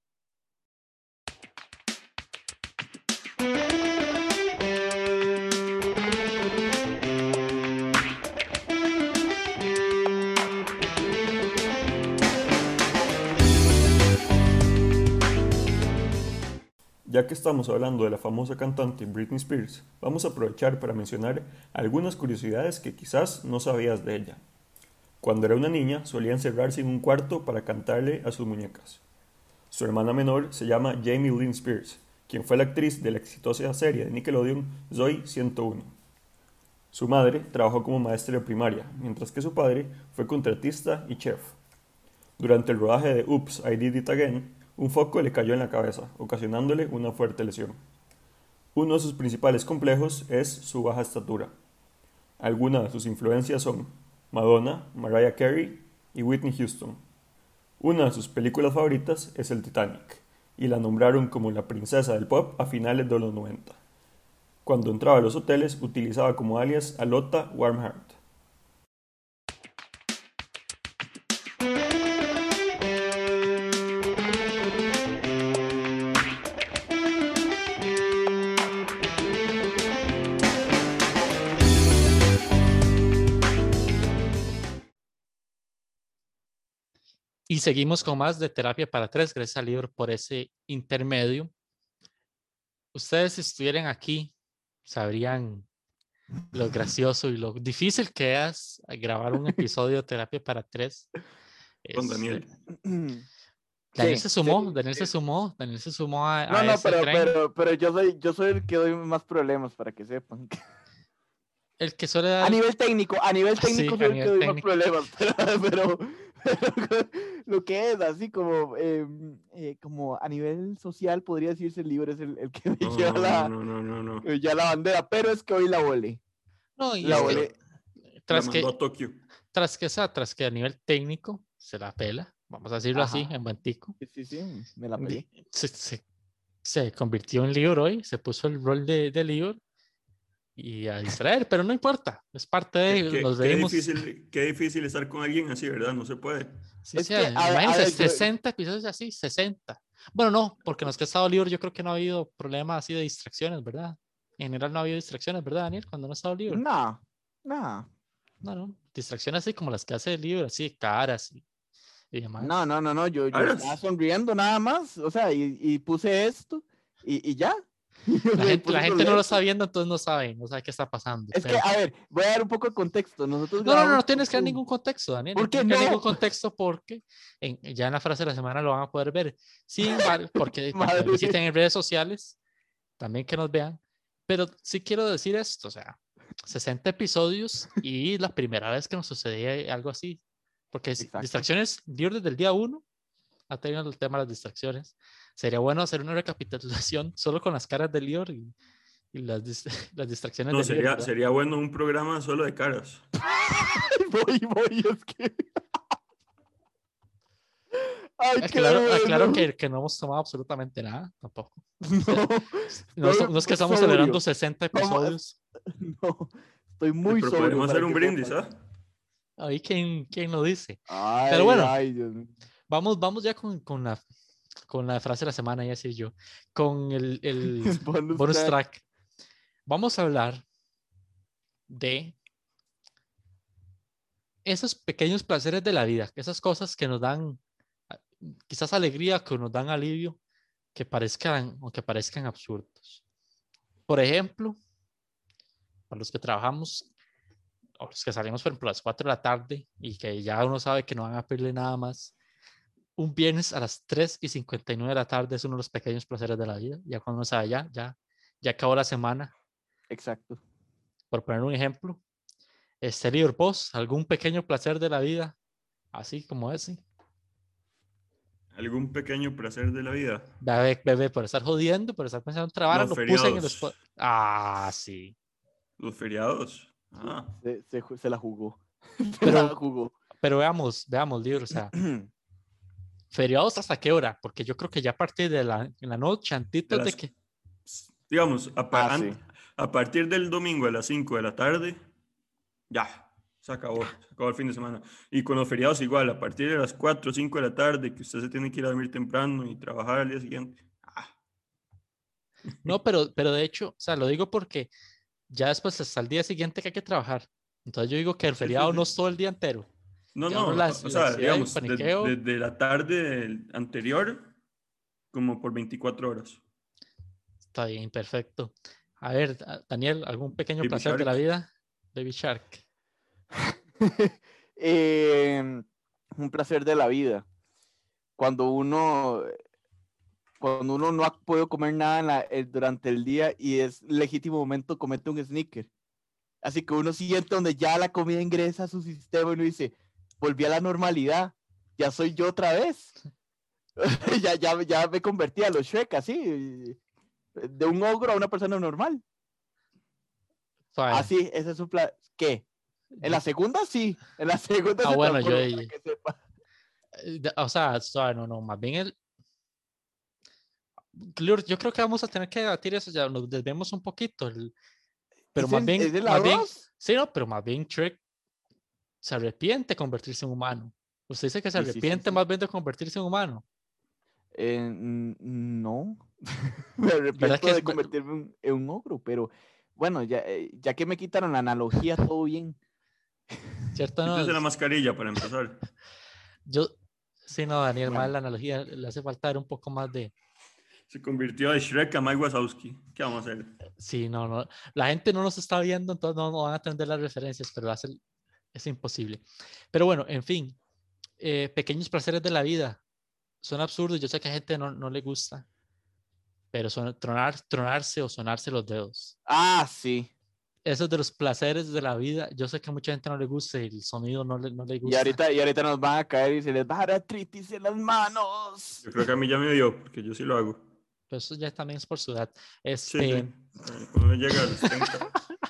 Ya que estamos hablando de la famosa cantante Britney Spears, vamos a aprovechar para mencionar algunas curiosidades que quizás no sabías de ella. Cuando era una niña, solía encerrarse en un cuarto para cantarle a sus muñecas. Su hermana menor se llama Jamie Lynn Spears, quien fue la actriz de la exitosa serie de Nickelodeon Zoey ciento uno. Su madre trabajó como maestra de primaria, mientras que su padre fue contratista y chef. Durante el rodaje de Oops, I Did It Again, un foco le cayó en la cabeza, ocasionándole una fuerte lesión. Uno de sus principales complejos es su baja estatura. Algunas de sus influencias son Madonna, Mariah Carey y Whitney Houston. Una de sus películas favoritas es el Titanic, y la nombraron como la princesa del pop a finales de los noventa. Cuando entraba a los hoteles utilizaba como alias a Lotta Warmheart. Y seguimos con más de Terapia para Tres. Gracias al libro por ese intermedio. Ustedes, si estuvieran aquí, sabrían lo gracioso y lo difícil que es grabar un episodio de Terapia para Tres. Con Es, Daniel. Daniel Sí, se sumó, sí, Daniel sí. se sumó, Daniel se sumó a, No, a no, ese pero, tren. pero, pero yo soy, yo soy el que doy más problemas, para que sepan. El que suele dar... A nivel técnico, a nivel Sí, técnico a soy el que nivel doy más técnico. problemas, pero, pero, pero lo que es así como, eh, eh, como a nivel social, podría decirse, el libro es el, el que me No, lleva no, la, no, no, no, no. me lleva la bandera, pero es que hoy la volé. No, y La es No, que la, volé. la tras mandó que, a Tokio. tras que, esa, tras que a nivel técnico se la pela, vamos a decirlo así, Ajá. en Bantico, Sí, sí, sí, me la pelé. se, se, se convirtió en Lior hoy, se puso el rol de, de Lior y a distraer, pero no importa, es parte Qué, de, qué, nos qué reímos. difícil, qué difícil estar con alguien así, ¿verdad? No se puede. Sí, Es sí, que, a, a imagínense, ver, yo, sesenta episodios así, sesenta. Bueno, no, porque en los que ha estado Lior yo creo que no ha habido problemas así de distracciones, ¿verdad? En general no ha habido distracciones, ¿verdad, Daniel? Cuando no ha estado Lior. no, no, No, no, distracciones así como las que hace el Lior, así, caras y, y no, demás. no, no, no, yo, yo estaba Aras. sonriendo nada más, o sea, y, y puse esto, y, y ya. O La sea, y gente, la puse los gente no lo lentes. está viendo, entonces no sabe, no sabe qué está pasando. Es que, Pero a ver, voy a dar un poco de contexto. Nosotros no, no, no, grabamos no por tienes que dar Zoom. ningún contexto, Daniel. No ¿Por qué tienes que dar ningún no? contexto porque en- ya en la frase de la semana lo van a poder ver. Sin embargo, porque para que nos Madre. visiten en redes sociales, también que nos vean. Pero sí quiero decir esto, o sea, sesenta episodios y la primera vez que nos sucedía algo así. Porque si- Exacto. distracciones, Dios desde el día uno ha tenido el tema de las distracciones. Sería bueno hacer una recapitulación solo con las caras de Lior y, y las, dis- las distracciones No, de Lior, sería, ¿verdad? sería bueno un programa solo de caras. Voy, voy, es que. Ay, qué Aclaro, aclaro bueno. que, que no hemos tomado absolutamente nada, tampoco. No, No, estoy no es que estamos celebrando sobrio. sesenta Vamos, episodios. no, estoy muy Pero sobrio podemos para hacer un que brindis, sepan. ¿ah? Ahí quién, quién lo dice. Pero Ay, bueno, ay, Dios mío. vamos, vamos ya con, con, la, con la frase de la semana, ya decir yo, con el, el El bonus bonus track. track. Vamos a hablar de esos pequeños placeres de la vida, esas cosas que nos dan ah, quizás alegría, que nos dan alivio, que parezcan o que parezcan absurdos. Por ejemplo, para los que trabajamos, o los que salimos por ejemplo a las cuatro de la tarde y que ya uno sabe que no van a pedirle nada más, un viernes a las tres y cincuenta y nueve de la tarde es uno de los pequeños placeres de la vida. Ya cuando uno sabe, ya, ya, ya acabó la semana. Exacto. Por poner un ejemplo, exterior, vos, algún pequeño placer de la vida, así como ese. ¿Algún pequeño placer de la vida? Bebé, bebé, por estar jodiendo, por estar pensando en trabajar, Los lo puse en el feriados. spot. Ah, sí. Los feriados. Ah, Se, se, ju- se la jugó. Se Pero, la jugó. pero veamos, veamos, libro, o sea, feriados hasta qué hora, porque yo creo que ya a partir de la, en la noche, de antitos de las, que, digamos, a, pa- Ah, sí. an- a partir del domingo a las cinco de la tarde, ya, se acabó, se acabó el fin de semana. Y con los feriados igual, a partir de las cuatro o cinco de la tarde, que usted se tiene que ir a dormir temprano y trabajar al día siguiente. Ah, no, pero, pero de hecho, o sea, lo digo porque ya después hasta el día siguiente que hay que trabajar. Entonces yo digo que el sí, sí, feriado no sí. es todo el día entero. No, Ya uno no, la, o la sea, ansiedad y el digamos, de- paniqueo. desde la tarde anterior, como por veinticuatro horas. Está bien, perfecto. A ver, Da- Daniel, ¿algún pequeño Baby placer de la Shark. vida? Baby Shark. Eh, un placer de la vida. Cuando uno, cuando uno no ha podido comer nada en la- eh, durante el día y es legítimo momento comete un sneaker. Así que uno siente donde ya la comida ingresa a su sistema y uno dice, volví a la normalidad, ya soy yo otra vez. ya, ya, ya me convertí a los Shrek, así, de un ogro a una persona normal. Suave. Así, ese es un plan. ¿Qué? En la Yo- segunda sí, en la segunda ah, se bueno, yo, transforma, para eh, que sepa. de- o sea, suave, no, no, más bien el, Glur, yo creo que vamos a tener que debatir eso, ya nos desvemos un poquito, el- pero ¿Es más en, bien, es en la más bien, dos? sí, no, pero más bien Shrek se arrepiente de convertirse en humano. Usted dice que se Sí, sí, sí, arrepiente sí. más bien de convertirse en humano. Eh, n- no, me ¿Verdad que arrepiento es de ve- convertirme en, en un ogro, pero bueno, ya, eh, ya que me quitaron la analogía, todo bien. cierto? No, Quítese la Es- mascarilla para empezar. yo, sí, no, Daniel, mal Bueno, la analogía, le hace falta ver un poco más de, Se convirtió de Shrek a Mike Wazowski. ¿Qué vamos a hacer? sí, no, no, la gente no nos está viendo, entonces no, no van a entender las referencias, pero hace, es imposible. Pero bueno, en fin, eh, pequeños placeres de la vida, son absurdos, yo sé que a gente no, no le gusta, pero son tronar, tronarse o sonarse los dedos. ah, sí. Eso es de los placeres de la vida. Yo sé que a mucha gente no le gusta y el sonido no le, no le Y gusta. ahorita, y ahorita nos van a caer y se les va a dar artritis en las manos. Yo creo que a mí ya me dio, porque yo sí lo hago. Pero eso ya también es por su edad. Sí, sí. Este, Eh, Cuando me llega a los treinta.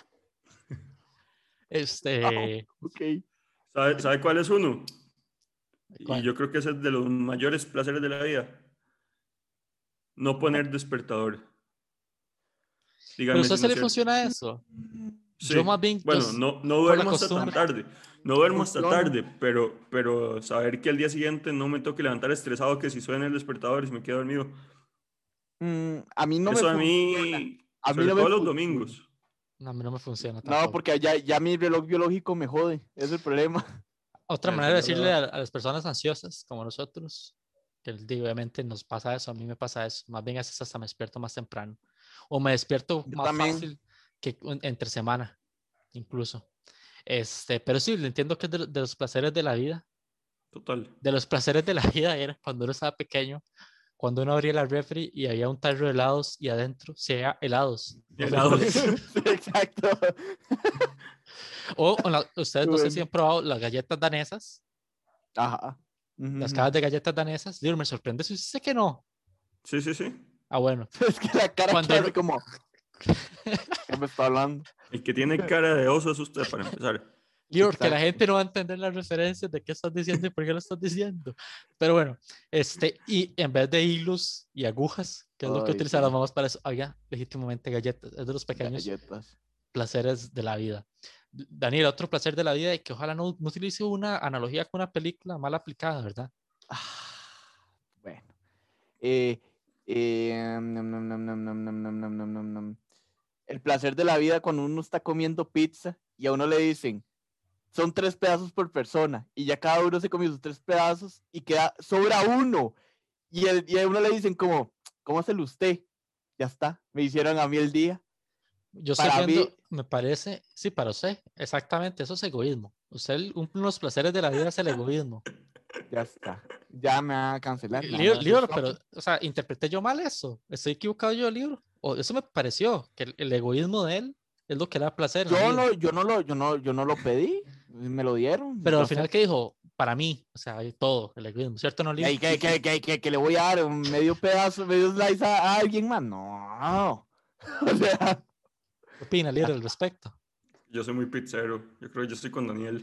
este, Ok. ¿Sabe, sabe cuál es uno? Y ¿cuál? yo creo que ese es de los mayores placeres de la vida. No poner despertador. Pero a Dígame usted si no se es le cierto. funciona eso. Yo Sí. más bien, yo, Bueno, no, no por la duermo hasta tan costumbre. tarde. No Me duermo hasta funciona. tarde, pero, pero saber que al día siguiente no me toque levantar estresado que si suena el despertador y si me quedo dormido. Mm, a mí no me Eso a funciona. mí, A mí sobre no me todo los funciona. domingos. No, a mí no me funciona No, tampoco. porque ya, ya mi reloj biológico me jode. Ese es el problema. Otra Esa manera de ya decirle a, la... a las personas ansiosas como nosotros, que digo, obviamente nos pasa eso, a mí me pasa eso. Más bien a veces hasta me despierto más temprano. O me despierto Yo más también. fácil que un- entre semana, incluso. Este, pero sí, le entiendo que es de, de los placeres de la vida. Total. De los placeres de la vida era cuando uno estaba pequeño, cuando uno abría la refri y había un tarro de helados y adentro se había helados, no Helados. frijoles. Sí, exacto. O, o la- ustedes no sé si Bueno. han probado las galletas danesas, Ajá. las Ujú. cajas de galletas danesas. Digo, me sorprende si usted sé que no. Sí, sí, sí. Ah, bueno. Es que la cara Cuando que no- hace como, ¿qué me está hablando? El que tiene cara de oso es usted, para empezar. Digo, que la Exacto. gente no va a entender las referencias de qué estás diciendo y por qué lo estás diciendo. Pero bueno, este, y en vez de hilos y agujas, que es lo que Ay, utilizan sí. las mamás para eso, había legítimamente galletas. Es de los pequeños Galletas. placeres de la vida. D- Daniel, otro placer de la vida y que ojalá no, no utilice una analogía con una película mal aplicada, ¿verdad? Ah, bueno. Eh, eh, nom, nom, nom, nom, nom, nom, nom, nom, nom, nom, nom. El placer de la vida cuando uno está comiendo pizza y a uno le dicen, son tres pedazos por persona, y ya cada uno se comió sus tres pedazos y queda, sobra uno. Y, el, y a uno le dicen como, ¿cómo hace usted? Ya está, me hicieron a mí el día. Yo estoy Para viendo, mí- me parece, sí, para usted, exactamente, eso es egoísmo. Usted, el- uno de los placeres de la vida es el egoísmo. Ya está. Ya me van a cancelar. Me van a Libro, hacer libro, stop. pero, o sea, ¿interpreté yo mal eso? ¿Estoy equivocado yo, libro? O eso me pareció, que el, el egoísmo de él es lo que le da placer en la Yo vida. no, yo no lo, yo no, yo no lo pedí. Me lo dieron. Pero al entonces- final, ¿qué dijo? Para mí, o sea, hay todo, el egoísmo, ¿cierto, no, libro? ¿Y que, que, que, que, que le voy a dar un medio pedazo, medio slice a, a alguien más? No. O sea, ¿Qué opina, libro, al respecto? Yo soy muy pizzero. Yo creo que yo estoy con Daniel.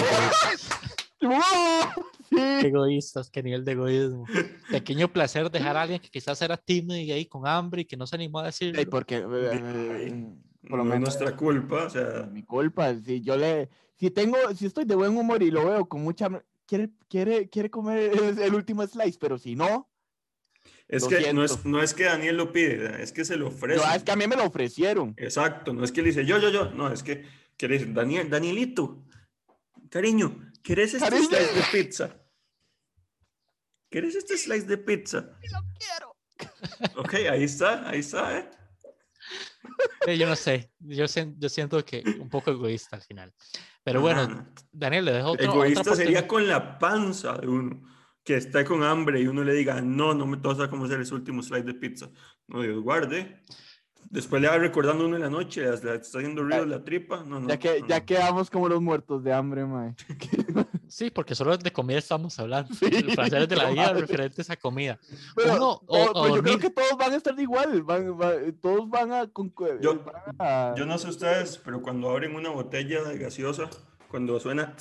sí. Qué egoístas, qué nivel de egoísmo. Pequeño placer dejar a alguien que quizás era tímido y ahí con hambre y que no se animó a decirlo. Sí, porque eh, Ay, por lo no es menos nuestra culpa, o es sea, mi culpa. Si yo le, si tengo, si estoy de buen humor y lo veo con mucha hambre, quiere, quiere, quiere comer el, el último slice, pero si no, es lo que no siento. es, no es que Daniel lo pide, es que se lo Yo, ofrece. es que a mí me lo ofrecieron. Exacto, no es que le dice yo, yo, yo, no, es que, que le dice, Daniel, Danielito, cariño, ¿quieres este Cariño. slice de pizza? ¿Quieres este slice de pizza? Lo quiero. Ok, ahí está, ahí está, ¿eh? Eh, Yo no sé, yo, sien- yo siento que un poco egoísta al final. Pero No, bueno, no, no. Daniel, le dejo otro, otra Egoísta sería oportunidad. con la panza de uno, que está con hambre y uno le diga, no, no me toca cómo hacer ese último slice de pizza. No, Dios guarde. Después le va recordando uno en la noche, le está haciendo ruido la tripa. No, no, Ya que, no, ya no. quedamos como los muertos de hambre, mae. Sí, porque solo de comida estamos hablando. Sí, Los placeres de la qué vida madre. referentes a comida. Pero, Uno, o, todo- o pues yo creo dormir. que todos van a estar igual. Van, van- todos van a, concu- eh, Yo, van a- yo no sé ustedes, pero cuando abren una botella de gaseosa, cuando suena...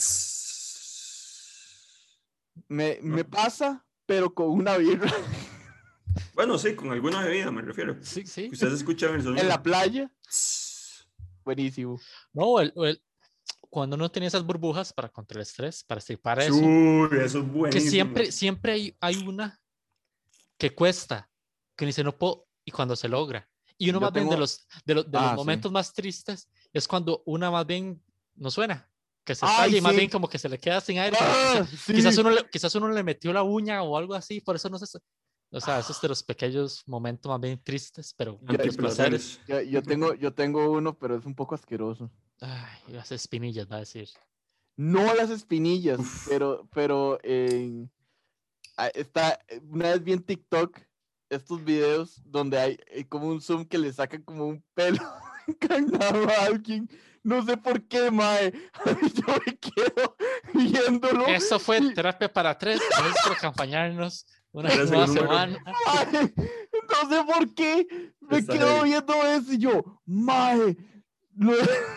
Me, ¿no? me pasa, pero con una birra Bueno, sí, con alguna bebida me refiero. Sí, sí. Que ustedes escuchan el sonido. en la playa. Buenísimo. No, el, el- cuando uno tiene esas burbujas para contra el estrés, para estripar eso, Uy, eso es que buenísimo. siempre, siempre hay, hay una que cuesta, que dice no puedo, y cuando se logra. Y uno Yo más bien de tengo- los, de, los, de los Ah, sí. momentos más tristes es cuando una más bien no suena, que se Ay, estalla y más sí. bien como que se le queda sin aire. como Ah, quizá- sí. quizás, uno le, quizás uno le metió la uña o algo así, por eso no se... O sea, esos de los pequeños momentos más bien tristes, pero Ya- los placeres. Antiplaceres. Yo, yo tengo, yo tengo uno, pero es un poco asqueroso. Ay, las espinillas, va a decir. No las espinillas, Uf. pero, pero en- ah, está, una vez vi en TikTok estos videos donde hay eh, como un zoom que le sacan como un pelo encarnado a alguien. No sé por qué, mae. Yo me quedo viéndolo. Eso fue y- terapia para tres. Gracias por acompañarnos una Eres el nueva número. semana. Mae, no sé por qué. Me Está quedo heavy. viendo eso y yo, mae. Lo,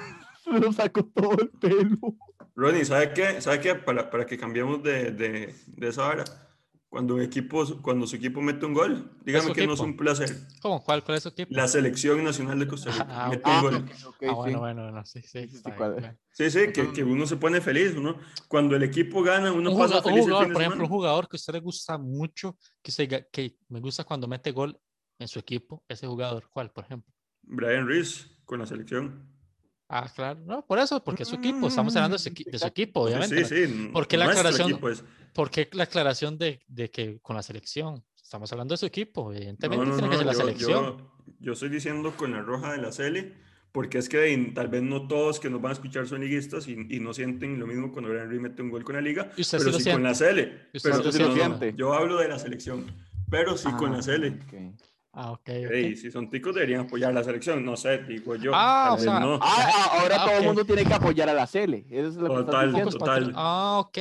lo saco todo el pelo. Ronnie, ¿sabe qué? ¿Sabe qué? Para, para que cambiemos de, de, de esa hora. Cuando, un equipo, cuando su equipo mete un gol, dígame su que no es equipo? un placer. ¿Cómo? ¿Cuál, cuál es su equipo? La selección nacional de Costa Rica Ah, mete ok. un Ah, gol. ok, ok, Ah, bueno, sí. bueno, bueno, sí, sí. Sí, sí, sí, está bien, cuál- claro. Sí, sí, que, Entonces- que uno se pone feliz, uno. Cuando el equipo gana, uno Un, pasa juga- un feliz el jugador, fin de por ejemplo, un semana. jugador que a usted le gusta mucho, que, se, ga- que me gusta cuando mete gol en su equipo, ese jugador, ¿cuál, por ejemplo? Brian Reese con la selección. Ah, claro, no, por eso, porque es su equipo, estamos hablando de su, equi- de su equipo, Sí, obviamente. sí, ¿no? sí. ¿Por qué la Nuestro aclaración, equipo es. por qué la aclaración de, de que con la selección? Estamos hablando de su equipo, No, evidentemente no, tiene que no. ser la Yo, selección. yo, yo estoy diciendo con la roja de la Cele, porque es que en- tal vez no todos que nos van a escuchar son liguistas y, y no sienten lo mismo cuando Brian Reese mete un gol con la liga, Y usted pero sí lo sí con la siente. Cele. Y usted Pero sí lo sí lo no, no, no, siente. yo hablo de la selección, pero sí con la Ah, Cele. ok. Ah, ok, Ey, ok. si son ticos deberían apoyar la selección, no sé, digo yo. Ah, tal o vez sea, no. Ah, ah, ahora Ah, todo ok. el mundo tiene que apoyar a la Cele. Eso es lo que estás Total, diciendo. Pocos total. patrón- Ah, ok.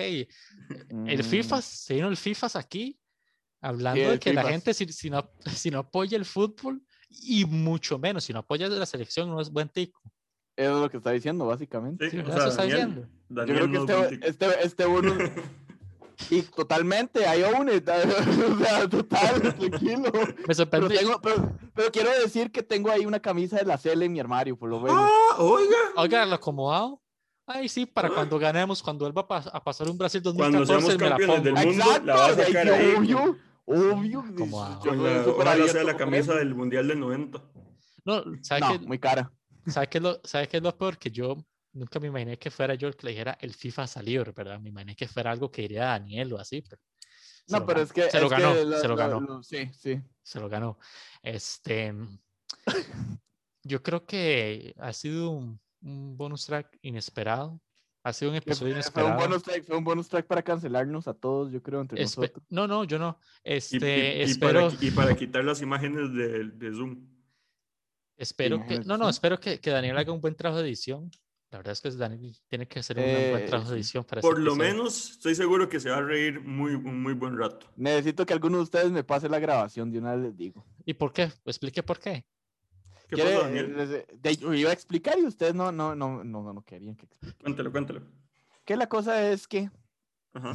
El Mm, FIFA, se vino el FIFA aquí, hablando Sí, de el que la FIFAs. gente, si, si no, si no apoya el fútbol, y mucho menos, si no apoya la selección, no es buen tico. Eso es lo que está diciendo, básicamente. Sí, Sí, o ¿verdad? sea, Eso está Daniel, diciendo. Yo Daniel creo que no es buen este, tico. este, este uno. Y totalmente, I own it. O sea, total, tranquilo. Me Pero, sorprende. tengo, pero, pero quiero decir que tengo ahí una camisa de la Cele en mi armario, por lo menos. Ah, oiga, Oiga, lo acomodado. Ay, sí, para Ah. cuando ganemos, cuando él va a, pas- a pasar un Brasil cuando seamos dos mil catorce, me la campeones del pongo. mundo, Exacto, la va a de ahí sacar sí, ahí. obvio, Con, obvio. acomodado. Yo con soy la, súper ojalá abierto sea la con camisa eso. del Mundial del noventa. No, ¿sabe No, qué, muy cara. ¿sabe qué es lo, ¿sabe qué es lo peor? Que yo nunca me imaginé que fuera yo el que le dijera el FIFA salió, ¿verdad? Me imaginé que fuera algo que diría Daniel o así, pero se No, lo pero ganó, es que. se lo es ganó, que lo- se lo lo- ganó, lo- sí, sí. se lo ganó. Este, Yo creo que ha sido un, un bonus track inesperado. Ha sido un Que episodio Fue, fue un inesperado. bonus track, fue un bonus track para cancelarnos a todos, yo creo, entre Espe- nosotros. no, no, yo no. Y, y, Este, y para, espero, qui- y para quitar las imágenes de, de Zoom. espero que, no, Imagínense. no, espero que, que Daniel haga un buen trabajo de edición. La verdad es que Daniel tiene que hacer un buen Eh, trabajo de sí. edición para este Por lo episodio. menos estoy seguro que se va a reír muy, un muy buen rato. Necesito que alguno de ustedes me pase la grabación, de una vez les digo. ¿Y por qué? Explique por qué. ¿Qué ¿Quiere, pasó, eh, Daniel? les- de- yo iba a explicar y ustedes no, no, no, no, no, no querían que explique. Cuéntalo, cuéntalo. Que la cosa es que Ajá,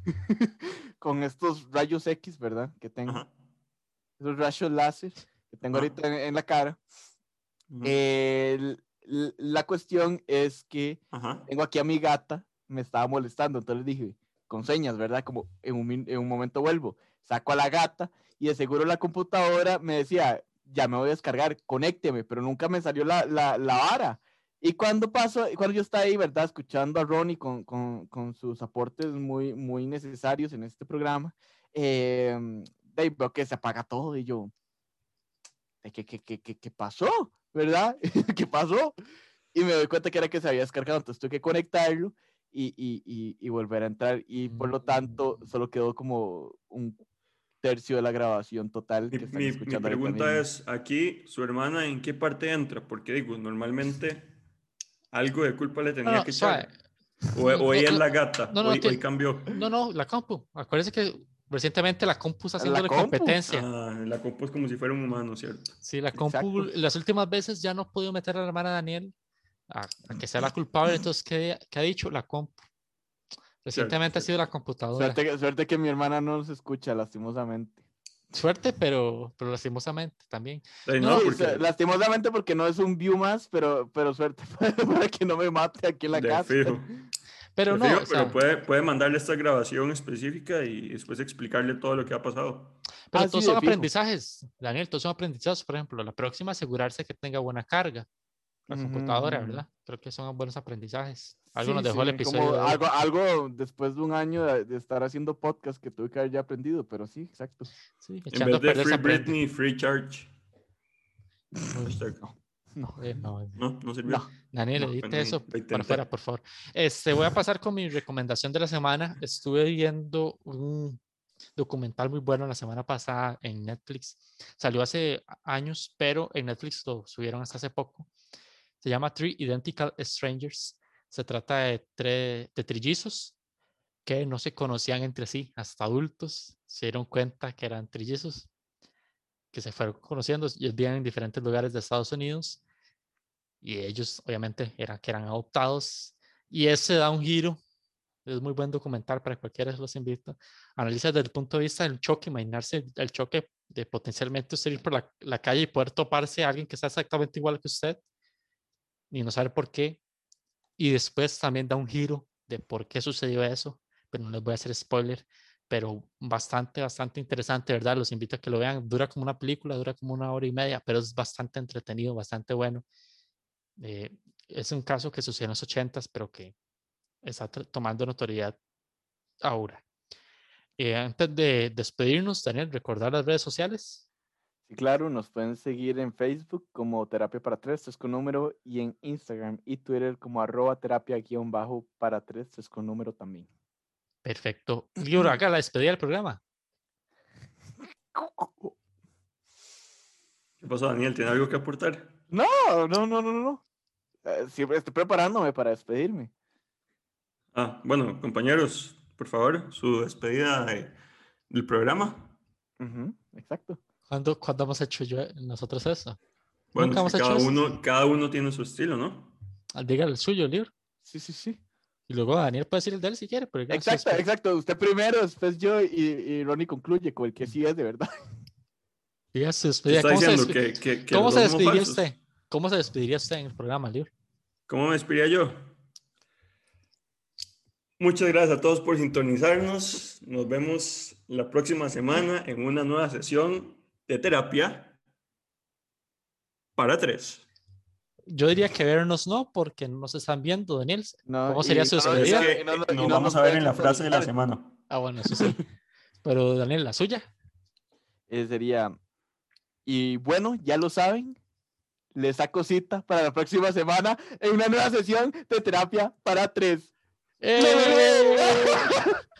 con estos rayos X, ¿verdad? Que tengo, ajá, esos rayos láser que tengo ajá, ahorita en, en la cara. ajá, el- l- la cuestión es que ajá. tengo aquí a mi gata, me estaba molestando, entonces dije, con señas, ¿verdad? Como en un, min- en un momento vuelvo, saco a la gata y de seguro la computadora me decía, ya me voy a descargar, conécteme, pero nunca me salió la, la, la vara. Y cuando paso, cuando yo estaba ahí, ¿verdad? Escuchando a Ronnie con, con, con sus aportes muy, muy necesarios en este programa, eh, de ahí veo que se apaga todo y yo, ¿qué, qué, qué, qué, qué pasó? ¿Verdad? ¿Qué pasó? Y me doy cuenta que era que se había descargado, entonces tuve que conectarlo y, y, y, y volver a entrar. Y por lo tanto, Mm. solo quedó como un tercio de la grabación total Mi, que están mi, mi escuchando ahorita pregunta mismo. es, aquí, ¿su hermana en qué parte entra? Porque digo, normalmente algo de culpa le No, tenía no, que suave. echar. O, No, o no, ella es no, la gata, no, no, hoy, hoy tie- cambió. no, no, la compu. Acuérdense que recientemente la compu está La haciéndole compu, competencia. Ah, la compu es como si fuera un humano, ¿cierto? Sí, la compu, exacto. las últimas veces ya no ha podido meter a la hermana Daniel a, a que sea la culpable. Entonces, ¿qué, qué ha dicho? La compu. Cierto, Recientemente ha sido cierto. la computadora. Suerte, suerte que mi hermana no nos escucha, lastimosamente. Suerte, pero, pero lastimosamente también. Ay, No, no, no, Sí, su- porque lastimosamente porque no es un view más, pero, pero suerte para que no me mate aquí en la de casa. fijo, pero de no, fijo, o pero sea, puede, puede mandarle esta grabación específica y después explicarle todo lo que ha pasado. pero Ah, sí, todos son de fijo. aprendizajes, Daniel, todos son aprendizajes. Por ejemplo, la próxima asegurarse que tenga buena carga la Ujú, computadora, ujú. ¿verdad? Creo que son buenos aprendizajes. Algo nos Sí, dejó el sí, como episodio de hoy. algo, algo después de un año de, de estar haciendo podcast que tuve que haber ya aprendido, pero sí, exacto. Sí, En echando vez a de perder se Free aprende. Britney, Free Charge. Uy, Hashtag. No, no, eh, no, No, no sirvió. no, Daniel, no. Bueno, edite ni- eso lo para afuera, intenté. por favor. Este, voy a pasar con mi recomendación de la semana. Estuve viendo un documental muy bueno la semana pasada en Netflix. Salió hace años, pero en Netflix lo subieron hasta hace poco. Se llama Three Identical Strangers. Se trata de, tre- de trillizos que no se conocían entre sí hasta adultos. Se dieron cuenta que eran trillizos, que se fueron conociendo y vivían en diferentes lugares de Estados Unidos y ellos obviamente eran que eran adoptados y ese da un giro. Es muy buen documental para cualquiera, los invito. Analiza desde el punto de vista del choque, imaginarse el, el choque de potencialmente usted ir por la, la calle y poder toparse a alguien que está exactamente igual que usted y no saber por qué. Y después también da un giro de por qué sucedió eso, pero no les voy a hacer spoiler, pero bastante, bastante interesante, ¿verdad? Los invito a que lo vean. Dura como una película, dura como una hora y media, pero es bastante entretenido, bastante bueno. Eh, es un caso que sucedió en los ochentas, pero que está tomando notoriedad ahora. Eh, antes de despedirnos, Daniel, recordar las redes sociales. Sí, claro, nos pueden seguir en Facebook como Terapia para Tres, tres con número, y en Instagram y Twitter como arroba terapia guión bajo para tres, tres con número también. Perfecto. Libro, haga la despedida del programa. ¿Qué pasó, Daniel? ¿Tiene algo que aportar? No, no, no, no, no. Eh, siempre estoy preparándome para despedirme. Ah, bueno, compañeros, por favor, su despedida de- del programa. Ujú, exacto. ¿Cuándo, ¿Cuándo hemos hecho yo, nosotros eso? Bueno, Nunca es que hemos hecho cada eso. uno, cada uno tiene su estilo, ¿no? Ah, diga el suyo, libro. Sí, sí, sí. Y luego Daniel puede decir el de él si quiere, pero diga su Exacto, despedida. exacto. Usted primero, después yo y, y Ronnie concluye con el que sí es de verdad. Diga su Se despedida. está ¿Cómo se, diciendo despe- que, que, que ¿Cómo los se dos somos despediría falsos. usted? ¿Cómo se despediría usted en el programa, libro? ¿Cómo me despediría yo? Muchas gracias a todos por sintonizarnos. Nos vemos la próxima semana en una nueva sesión de terapia para tres. Yo diría que vernos no, porque no nos están viendo, Daniel. No, ¿Cómo sería y su no, no, Pero y es despedida? no, que y no, eh, y nos no vamos nos a ver pueden en la frase de la sintonizar. semana. Ah, bueno, eso sí. Pero Daniel, la suya. Eh, sería, y bueno, ya lo saben, les saco cita para la próxima semana en una nueva sesión de terapia para tres. ¡Eh!